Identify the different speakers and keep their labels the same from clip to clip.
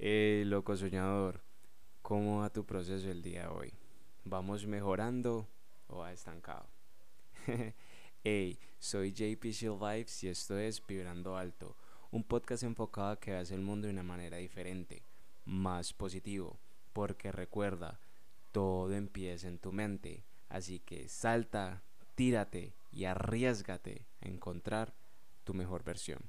Speaker 1: Loco soñador, ¿cómo va tu proceso el día de hoy? ¿Vamos mejorando o va estancado? Hey, soy JP Shield Vibes y esto es Vibrando Alto, un podcast enfocado a que veas el mundo de una manera diferente, más positivo, porque recuerda, todo empieza en tu mente, así que salta, tírate y arriésgate a encontrar tu mejor versión.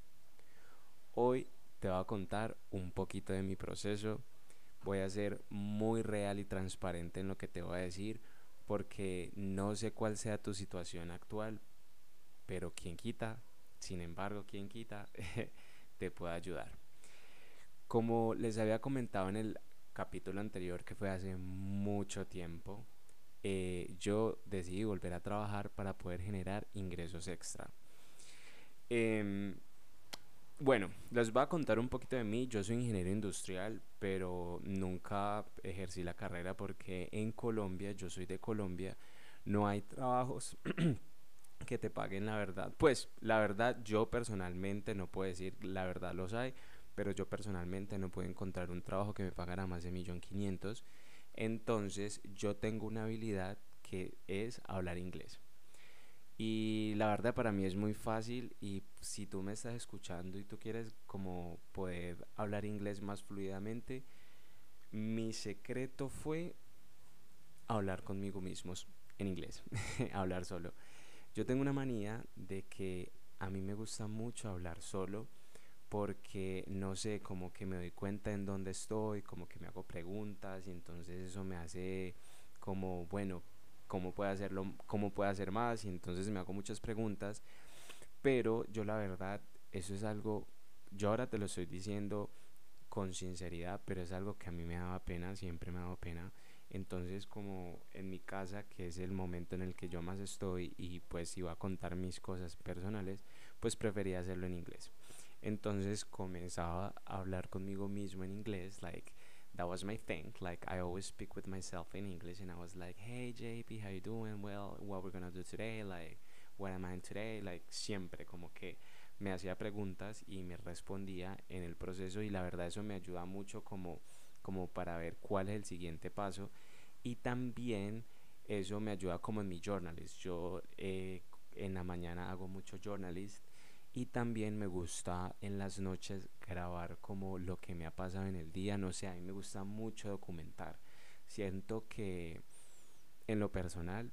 Speaker 1: Hoy te voy a contar un poquito de mi proceso. Voy a ser muy real y transparente en lo que te voy a decir porque no sé cuál sea tu situación actual, pero quien quita, sin embargo, quien quita, te puede ayudar. Como les había comentado en el capítulo anterior, que fue hace mucho tiempo, yo decidí volver a trabajar para poder generar ingresos extra. Em, Bueno, les voy a contar un poquito de mí. Yo soy ingeniero industrial, pero nunca ejercí la carrera porque en Colombia, yo soy de Colombia, no hay trabajos que te paguen la verdad. Pues la verdad, yo personalmente no puedo decir la verdad los hay, pero yo personalmente no puedo encontrar un trabajo que me pagara más de 1.500.000. Entonces yo tengo una habilidad que es hablar inglés. Y la verdad para mí es muy fácil y si tú me estás escuchando y tú quieres como poder hablar inglés más fluidamente, mi secreto fue hablar conmigo mismo en inglés, hablar solo. Yo tengo una manía de que a mí me gusta mucho hablar solo porque no sé, como que me doy cuenta en dónde estoy, como que me hago preguntas y entonces eso me hace como, bueno, cómo puedo hacerlo, cómo puedo hacer más y entonces me hago muchas preguntas, pero yo la verdad, eso es algo, yo ahora te lo estoy diciendo con sinceridad, pero es algo que a mí me daba pena, siempre me ha dado pena. Entonces, como en mi casa, que es el momento en el que yo más estoy y pues iba a contar mis cosas personales, pues prefería hacerlo en inglés. Entonces comenzaba a hablar conmigo mismo en inglés, like that was my thing. Like I always speak with myself in English, and I was like, "Hey JP, how you doing? Well, what we're gonna do today? Like, what am I today?" Like siempre como que me hacía preguntas y me respondía en el proceso y la verdad eso me ayuda mucho como para ver cuál es el siguiente paso y también eso me ayuda como en mi journalist. Yo en la mañana hago mucho journalist y también me gusta en las noches grabar como lo que me ha pasado en el día. No sé, a mí me gusta mucho documentar. Siento que en lo personal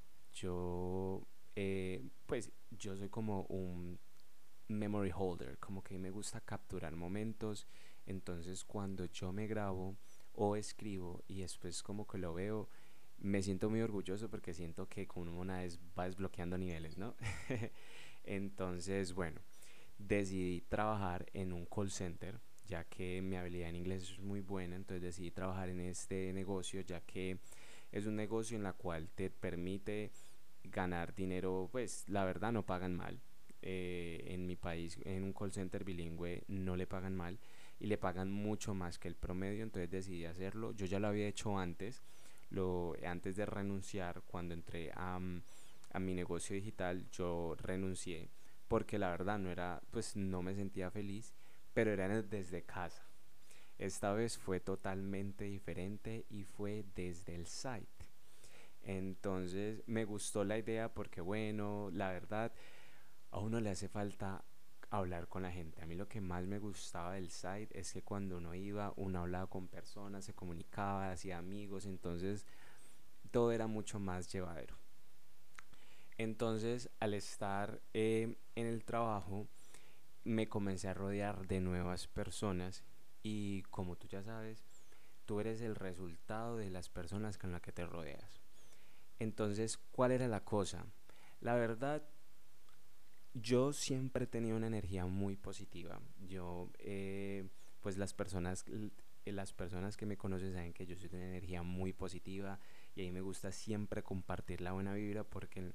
Speaker 1: yo pues yo soy como un memory holder, como que me gusta capturar momentos, entonces cuando yo me grabo o escribo y después como que lo veo, me siento muy orgulloso porque siento que con una vez va desbloqueando niveles, ¿no? Entonces, bueno, decidí trabajar en un call center, ya que mi habilidad en inglés es muy buena, entonces decidí trabajar en este negocio, ya que es un negocio en la cual te permite ganar dinero, pues la verdad no pagan mal. En mi país, en un call center bilingüe, no le pagan mal y le pagan mucho más que el promedio, entonces decidí hacerlo. Yo ya lo había hecho antes, antes de renunciar, cuando entré a mi negocio digital, yo renuncié porque la verdad no era, pues no me sentía feliz, pero era desde casa. Esta vez fue totalmente diferente y fue desde el site. Entonces me gustó la idea porque bueno, la verdad a uno le hace falta hablar con la gente. A mí lo que más me gustaba del site es que cuando uno iba, uno hablaba con personas, se comunicaba, hacía amigos, entonces todo era mucho más llevadero. Entonces al estar en el trabajo me comencé a rodear de nuevas personas y como tú ya sabes, tú eres el resultado de las personas con las que te rodeas. Entonces, ¿cuál era la cosa? La verdad, yo siempre he tenido una energía muy positiva. Pues las personas que me conocen saben que yo soy de una energía muy positiva y a mí me gusta siempre compartir la buena vibra porque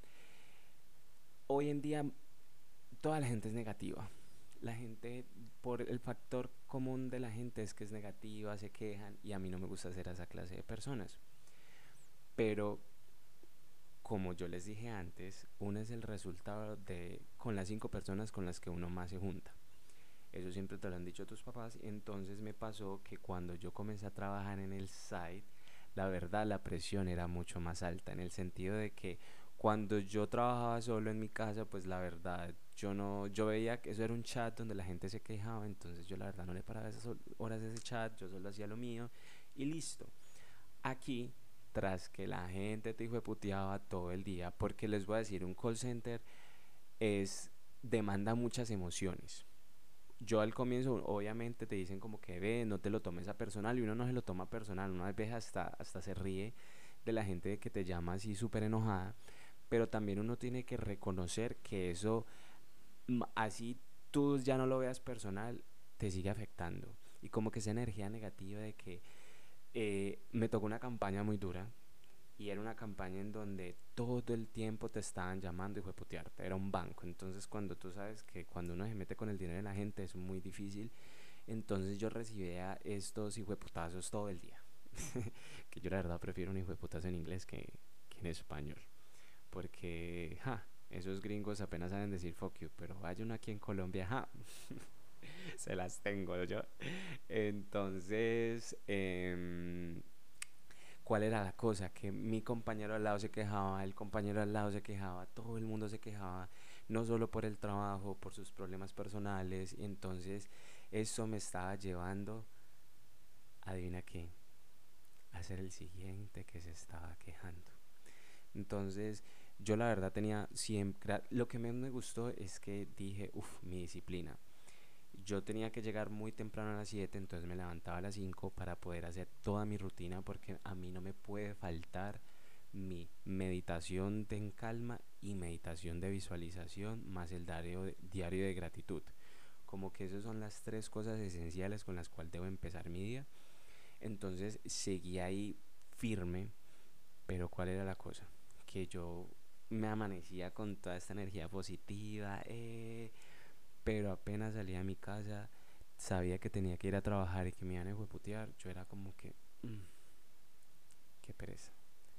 Speaker 1: hoy en día toda la gente es negativa. La gente, por el factor común de la gente es que es negativa, se quejan y a mí no me gusta ser esa clase de personas. Pero como yo les dije antes, uno es el resultado de con las 5 personas con las que uno más se junta. eso siempre te lo han dicho tus papás. Entonces me pasó que cuando yo comencé a trabajar en el site, la verdad la presión era mucho más alta, en el sentido de que cuando yo trabajaba solo en mi casa, pues la verdad yo no, yo veía que eso era un chat donde la gente se quejaba, entonces yo la verdad no le paraba esas horas de ese chat, yo solo hacía lo mío y listo. Aquí, tras que la gente te hijo puteaba todo el día, porque les voy a decir, un call center es demanda muchas emociones. Yo al comienzo obviamente te dicen como que ve, no te lo tomes a personal y uno no se lo toma personal, una vez hasta se ríe de la gente que te llama así súper enojada, pero también uno tiene que reconocer que eso, así tú ya no lo veas personal, te sigue afectando. Y como que esa energía negativa de que me tocó una campaña muy dura, y era una campaña en donde todo el tiempo te estaban llamando y fue putearte. Era un banco. Entonces, cuando tú sabes que cuando uno se mete con el dinero de la gente es muy difícil, entonces yo recibía estos hijueputazos todo el día. Que yo la verdad prefiero un hijueputazo en inglés que en español. Porque, ja, esos gringos apenas saben decir fuck you, pero hay uno aquí en Colombia, ja, se las tengo yo. Entonces, ¿cuál era la cosa? Que mi compañero al lado se quejaba, el compañero al lado se quejaba, todo el mundo se quejaba, no solo por el trabajo, por sus problemas personales, y entonces eso me estaba llevando, adivina qué, a ser el siguiente que se estaba quejando. Entonces, yo la verdad tenía siempre, lo que más me gustó es que dije, uff, mi disciplina. Yo tenía que llegar muy temprano a las 7, entonces me levantaba a las 5 para poder hacer toda mi rutina porque a mí no me puede faltar mi meditación de en calma y meditación de visualización más el diario de gratitud. Como que esas son las tres cosas esenciales con las cuales debo empezar mi día. Entonces seguí ahí firme, pero ¿cuál era la cosa? Que yo me amanecía con toda esta energía positiva, pero apenas salía de mi casa, sabía que tenía que ir a trabajar y que me iban a hueputear, yo era como que, qué pereza.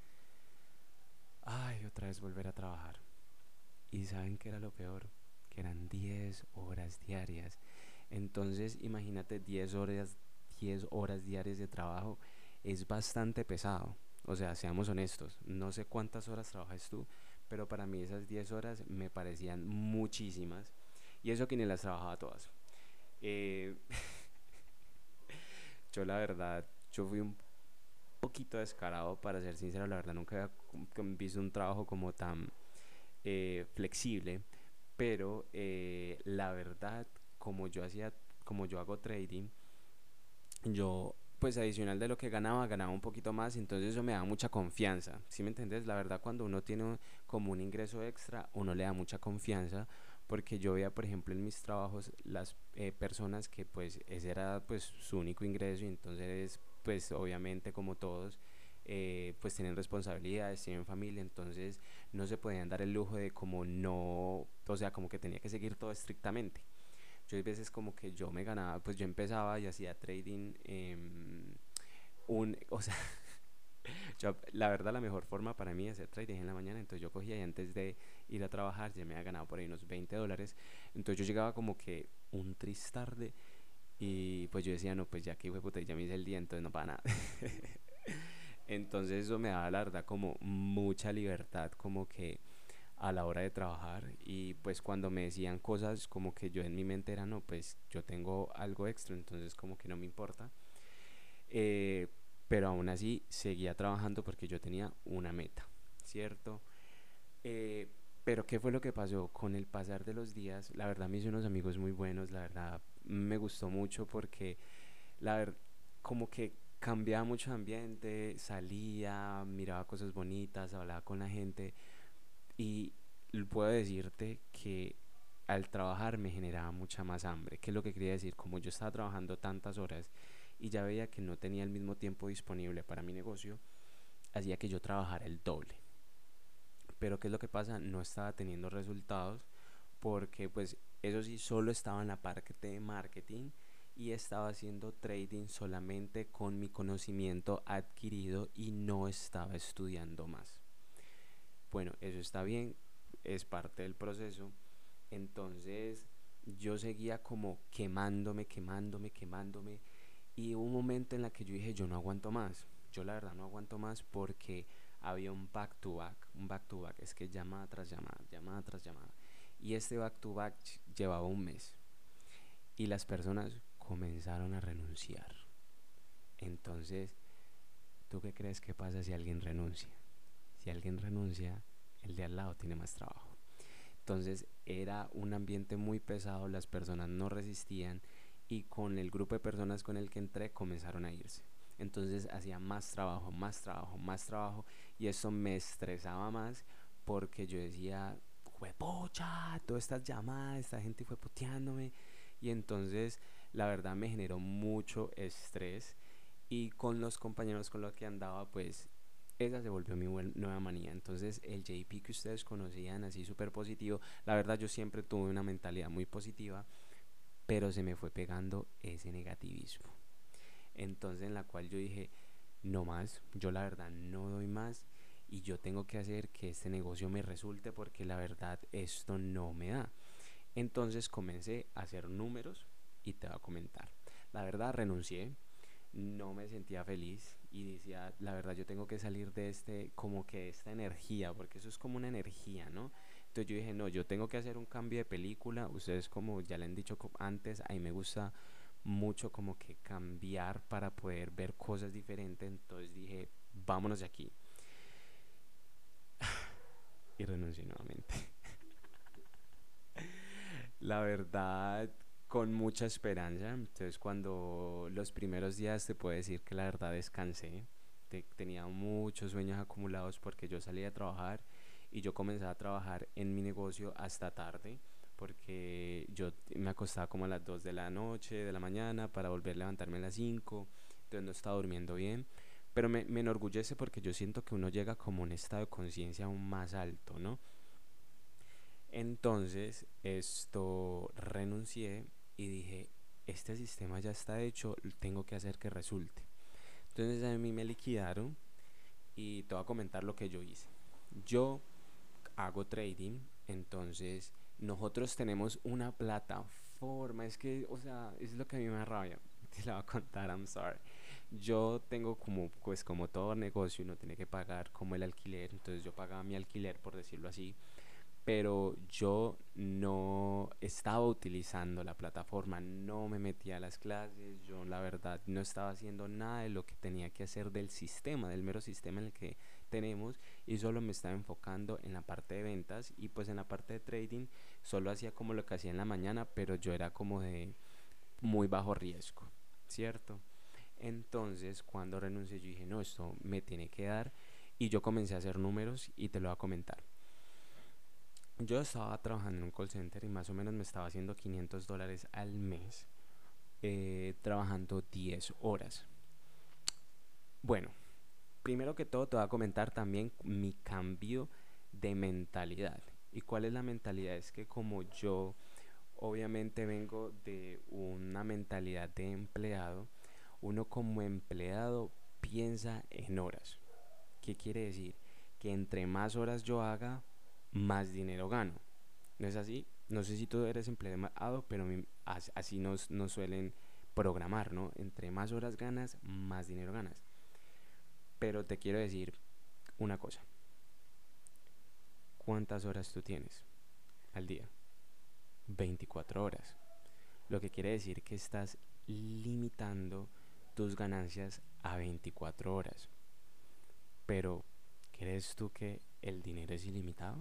Speaker 1: Ay, otra vez volver a trabajar. Y saben que era lo peor, que eran 10 horas diarias. Entonces, imagínate 10 horas diarias de trabajo es bastante pesado. O sea, seamos honestos, no sé cuántas horas trabajas tú, pero para mí esas 10 horas me parecían muchísimas. Y eso que ni las trabajaba todas. Eh, yo la verdad, yo fui un poquito descarado, para ser sincero, la verdad nunca había visto un trabajo como tan flexible, pero la verdad, como yo hago trading, yo pues adicional de lo que ganaba, ganaba un poquito más, entonces eso me da mucha confianza, ¿sí me entiendes? La verdad cuando uno tiene como un ingreso extra, uno le da mucha confianza, porque yo veía por ejemplo en mis trabajos las personas que pues ese era pues su único ingreso y entonces pues obviamente como todos pues tienen responsabilidades, tienen familia, entonces no se podían dar el lujo de como no, o sea, como que tenía que seguir todo estrictamente. Yo hay veces como que yo me ganaba, pues yo empezaba y hacía trading, o sea, la verdad la mejor forma para mí de hacer trading es en la mañana, entonces yo cogía y antes de ir a trabajar ya me había ganado por ahí unos $20, entonces yo llegaba como que un tris tarde y pues yo decía, no, pues ya que puta, ya me hice el día, entonces no para nada. Entonces eso me daba la verdad como mucha libertad, como que a la hora de trabajar y pues cuando me decían cosas como que yo en mi mente era no, pues yo tengo algo extra, entonces como que no me importa, eh, pero aún así seguía trabajando porque yo tenía una meta, ¿cierto? Eh, pero ¿qué fue lo que pasó? Con el pasar de los días, la verdad me hice unos amigos muy buenos, la verdad me gustó mucho porque la verdad como que cambiaba mucho de ambiente, salía, miraba cosas bonitas, hablaba con la gente y puedo decirte que al trabajar me generaba mucha más hambre. ¿Qué es lo que quería decir? Como yo estaba trabajando tantas horas y ya veía que no tenía el mismo tiempo disponible para mi negocio, hacía que yo trabajara el doble. Pero ¿qué es lo que pasa? No estaba teniendo resultados porque pues eso sí, solo estaba en la parte de marketing y estaba haciendo trading solamente con mi conocimiento adquirido y no estaba estudiando más. Bueno, eso está bien, es parte del proceso. Entonces yo seguía como quemándome, quemándome, quemándome. Y hubo un momento en la que yo dije, yo no aguanto más. Yo la verdad no aguanto más porque había un back to back, es que llamada tras llamada, llamada tras llamada. Y este back to back llevaba un mes. Y las personas comenzaron a renunciar. Entonces, ¿tú qué crees que pasa si alguien renuncia? Si alguien renuncia, el de al lado tiene más trabajo. Entonces era un ambiente muy pesado, las personas no resistían y con el grupo de personas con el que entré comenzaron a irse. Entonces hacía más trabajo, más trabajo, más trabajo y eso me estresaba más porque yo decía, juepucha, todas estas llamadas, esta gente fue puteándome y entonces la verdad me generó mucho estrés y con los compañeros con los que andaba pues esa se volvió mi nueva manía. Entonces, el JP que ustedes conocían así súper positivo, la verdad yo siempre tuve una mentalidad muy positiva, pero se me fue pegando ese negativismo. Entonces, en la cual yo dije, no más, yo la verdad no doy más y yo tengo que hacer que este negocio me resulte porque la verdad esto no me da. Entonces comencé a hacer números y te voy a comentar. La verdad renuncié, no me sentía feliz y decía, la verdad yo tengo que salir de como que de esta energía, porque eso es como una energía, ¿no? Entonces yo dije, no, yo tengo que hacer un cambio de película, ustedes como ya le han dicho antes, a mí me gusta mucho como que cambiar para poder ver cosas diferentes, entonces dije, vámonos de aquí y renuncié nuevamente. La verdad, con mucha esperanza. Entonces, cuando los primeros días te puedo decir que la verdad descansé, tenía muchos sueños acumulados porque yo salía a trabajar y yo comenzaba a trabajar en mi negocio hasta tarde porque yo me acostaba como a las 2 de la noche, de la mañana para volver a levantarme a las 5, entonces no estaba durmiendo bien. Pero me enorgullece porque yo siento que uno llega como a un estado de conciencia aún más alto, ¿no? Entonces, esto renuncié y dije, este sistema ya está hecho, tengo que hacer que resulte. Entonces a mí me liquidaron y te voy a comentar lo que yo hice. Yo hago trading, entonces nosotros tenemos una plataforma, es que, o sea, es lo que a mí me da rabia. Te la voy a contar, I'm sorry. Yo tengo como, pues como todo negocio, uno tiene que pagar como el alquiler, entonces yo pagaba mi alquiler, por decirlo así, pero yo no estaba utilizando la plataforma, no me metía a las clases, yo la verdad no estaba haciendo nada de lo que tenía que hacer del sistema, del mero sistema en el que tenemos y solo me estaba enfocando en la parte de ventas y pues en la parte de trading solo hacía como lo que hacía en la mañana, pero yo era como de muy bajo riesgo, ¿cierto? Entonces cuando renuncié yo dije, no, esto me tiene que dar y yo comencé a hacer números y te lo voy a comentar. Yo estaba trabajando en un call center y más o menos me estaba haciendo $500 al mes, trabajando 10 horas. Bueno, primero que todo te voy a comentar también mi cambio de mentalidad. ¿Y cuál es la mentalidad? Es que como yo obviamente vengo de una mentalidad de empleado, uno como empleado piensa en horas. ¿Qué quiere decir? Que entre más horas yo haga, más dinero gano. ¿No es así? No sé si tú eres empleado, pero así nos suelen programar, ¿no? Entre más horas ganas, más dinero ganas. Pero te quiero decir una cosa. ¿Cuántas horas tú tienes al día? 24 horas. Lo que quiere decir que estás limitando tus ganancias a 24 horas. Pero, ¿crees tú que el dinero es ilimitado?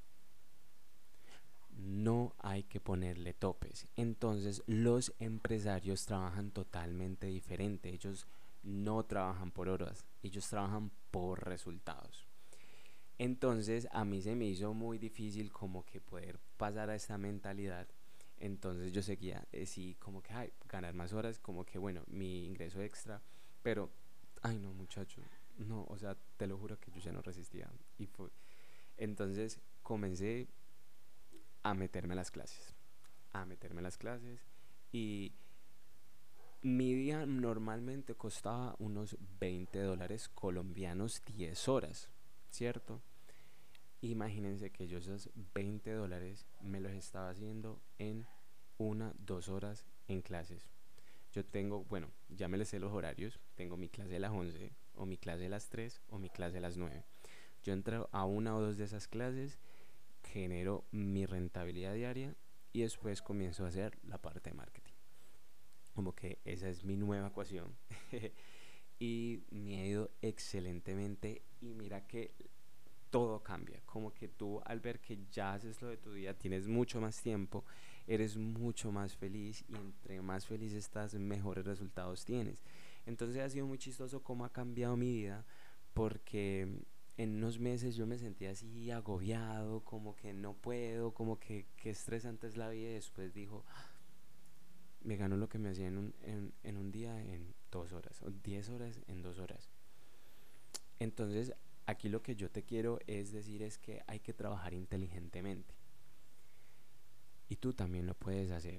Speaker 1: No hay que ponerle topes. Entonces los empresarios trabajan totalmente diferente. Ellos no trabajan por horas, ellos trabajan por resultados. Entonces a mí se me hizo muy difícil como que poder pasar a esta mentalidad. Entonces yo seguía, sí, como que, ay, ganar más horas, como que, bueno, mi ingreso extra. Pero, ay, no, muchachos, no, o sea, te lo juro que yo ya no resistía. Entonces comencé a meterme a las clases, a meterme a las clases y mi día normalmente costaba unos $20 colombianos 10 horas, ¿cierto? Imagínense que yo esos $20 me los estaba haciendo en 2 horas en clases. Yo tengo, bueno, ya me les sé los horarios. Tengo mi clase a las 11, o mi clase a las 3, o mi clase a las 9. Yo entro a una o dos de esas clases, genero mi rentabilidad diaria y después comienzo a hacer la parte de marketing. Como que esa es mi nueva ecuación. Y me ha ido excelentemente y mira que todo cambia, como que tú al ver que ya haces lo de tu día, tienes mucho más tiempo, eres mucho más feliz y entre más feliz estás, mejores resultados tienes. Entonces ha sido muy chistoso cómo ha cambiado mi vida porque en unos meses yo me sentía así agobiado, como que no puedo, como que qué estresante es la vida y después dijo, me ganó lo que me hacía en un día en 2 horas o 10 horas en 2 horas. Entonces, aquí lo que yo te quiero es decir es que hay que trabajar inteligentemente y tú también lo puedes hacer.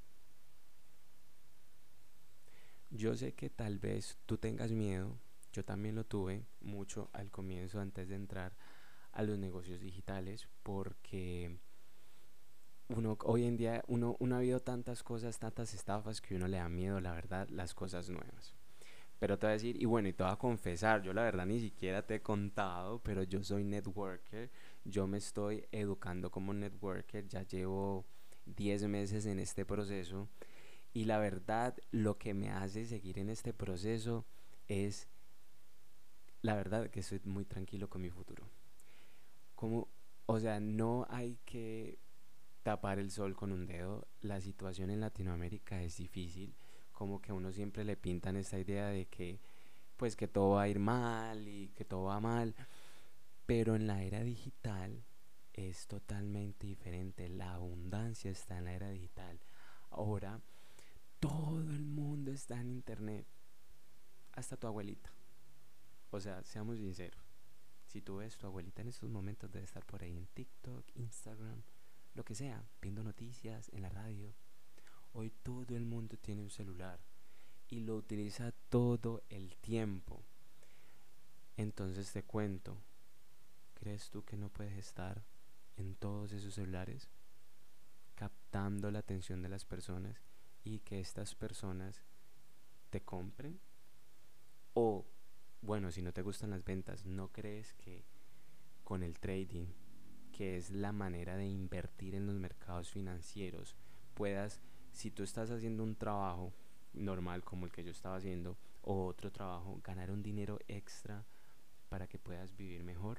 Speaker 1: Yo sé que tal vez tú tengas miedo, yo también lo tuve mucho al comienzo antes de entrar a los negocios digitales porque uno hoy en día uno ha habido tantas cosas, tantas estafas que uno le da miedo, la verdad, las cosas nuevas. Pero te voy a decir, y bueno, y te voy a confesar, yo la verdad ni siquiera te he contado, pero yo soy networker, yo me estoy educando como networker, ya llevo 10 meses en este proceso y la verdad lo que me hace seguir en este proceso es la verdad que estoy muy tranquilo con mi futuro. Como, o sea, no hay que tapar el sol con un dedo, la situación en Latinoamérica es difícil, como que a uno siempre le pintan esta idea de que pues que todo va a ir mal y que todo va mal, pero en la era digital es totalmente diferente, la abundancia está en la era digital. Ahora todo el mundo está en internet, hasta tu abuelita. O sea, seamos sinceros, si tú ves tu abuelita en estos momentos debe estar por ahí en TikTok, Instagram, lo que sea, viendo noticias en la radio. Hoy todo el mundo tiene un celular y lo utiliza todo el tiempo. Entonces te cuento, ¿crees tú que no puedes estar en todos esos celulares captando la atención de las personas y que estas personas te compren? O, bueno, si no te gustan las ventas, ¿no crees que con el trading, que es la manera de invertir en los mercados financieros, puedas, si tú estás haciendo un trabajo normal como el que yo estaba haciendo o otro trabajo, ganar un dinero extra para que puedas vivir mejor?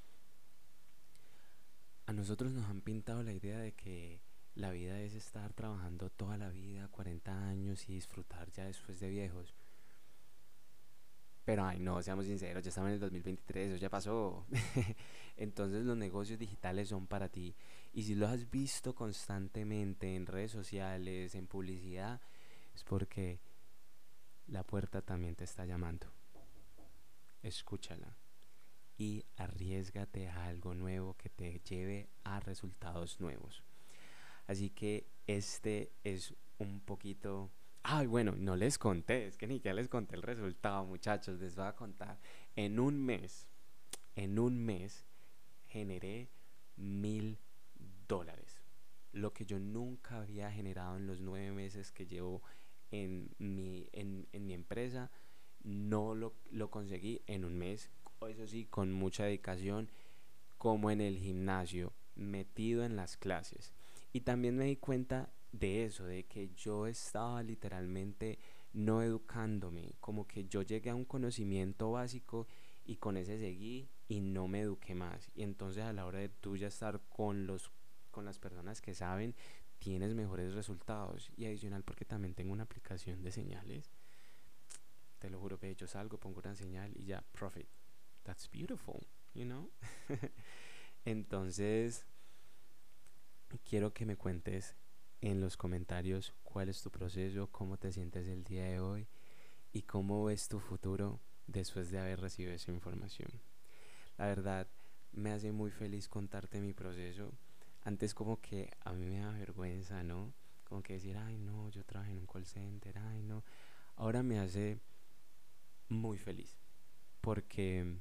Speaker 1: A nosotros nos han pintado la idea de que la vida es estar trabajando toda la vida, 40 años y disfrutar ya después de viejos. Pero ay, no, seamos sinceros, ya estamos en el 2023, eso ya pasó. Entonces los negocios digitales son para ti. Y si los has visto constantemente en redes sociales, en publicidad, es porque la puerta también te está llamando. Escúchala y arriesgate a algo nuevo que te lleve a resultados nuevos. Así que este es un poquito... Ay, bueno, no les conté, es que ni siquiera les conté el resultado, muchachos, les voy a contar. En un mes, en un mes generé $1000, lo que yo nunca había generado en los 9 meses que llevo en mi empresa, no lo conseguí en un mes, eso sí, con mucha dedicación, como en el gimnasio, metido en las clases. Y también me di cuenta de eso, de que yo estaba literalmente no educándome, como que yo llegué a un conocimiento básico y con ese seguí y no me eduqué más. Y entonces a la hora de tú ya estar con las personas que saben, tienes mejores resultados. Y adicional porque también tengo una aplicación de señales. Te lo juro que yo salgo, pongo una señal y ya, profit. That's beautiful, you know? Entonces, quiero que me cuentes en los comentarios cuál es tu proceso, cómo te sientes el día de hoy y cómo ves tu futuro después de haber recibido esa información. La verdad, me hace muy feliz contarte mi proceso. Antes como que a mí me da vergüenza, ¿no? Como que decir, ay no, yo trabajé en un call center, ay no. Ahora me hace muy feliz porque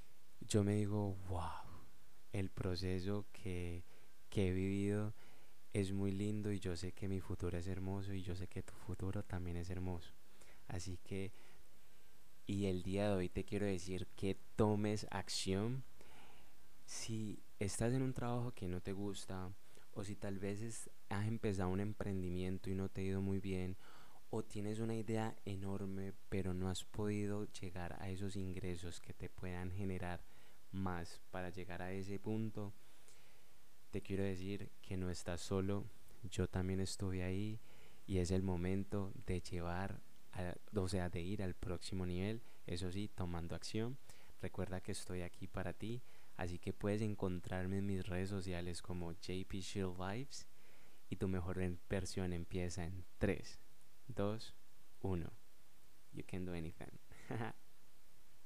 Speaker 1: yo me digo, wow, el proceso que he vivido es muy lindo y yo sé que mi futuro es hermoso y yo sé que tu futuro también es hermoso. Así que, y el día de hoy te quiero decir que tomes acción. Si estás en un trabajo que no te gusta, o si tal vez has empezado un emprendimiento y no te ha ido muy bien, o tienes una idea enorme pero no has podido llegar a esos ingresos que te puedan generar más para llegar a ese punto, te quiero decir que no estás solo. Yo también estuve ahí y es el momento de o sea, de ir al próximo nivel, eso sí, tomando acción. Recuerda que estoy aquí para ti, así que puedes encontrarme en mis redes sociales como JP Shield Vibes y tu mejor versión empieza en 3, 2, 1. You can do anything.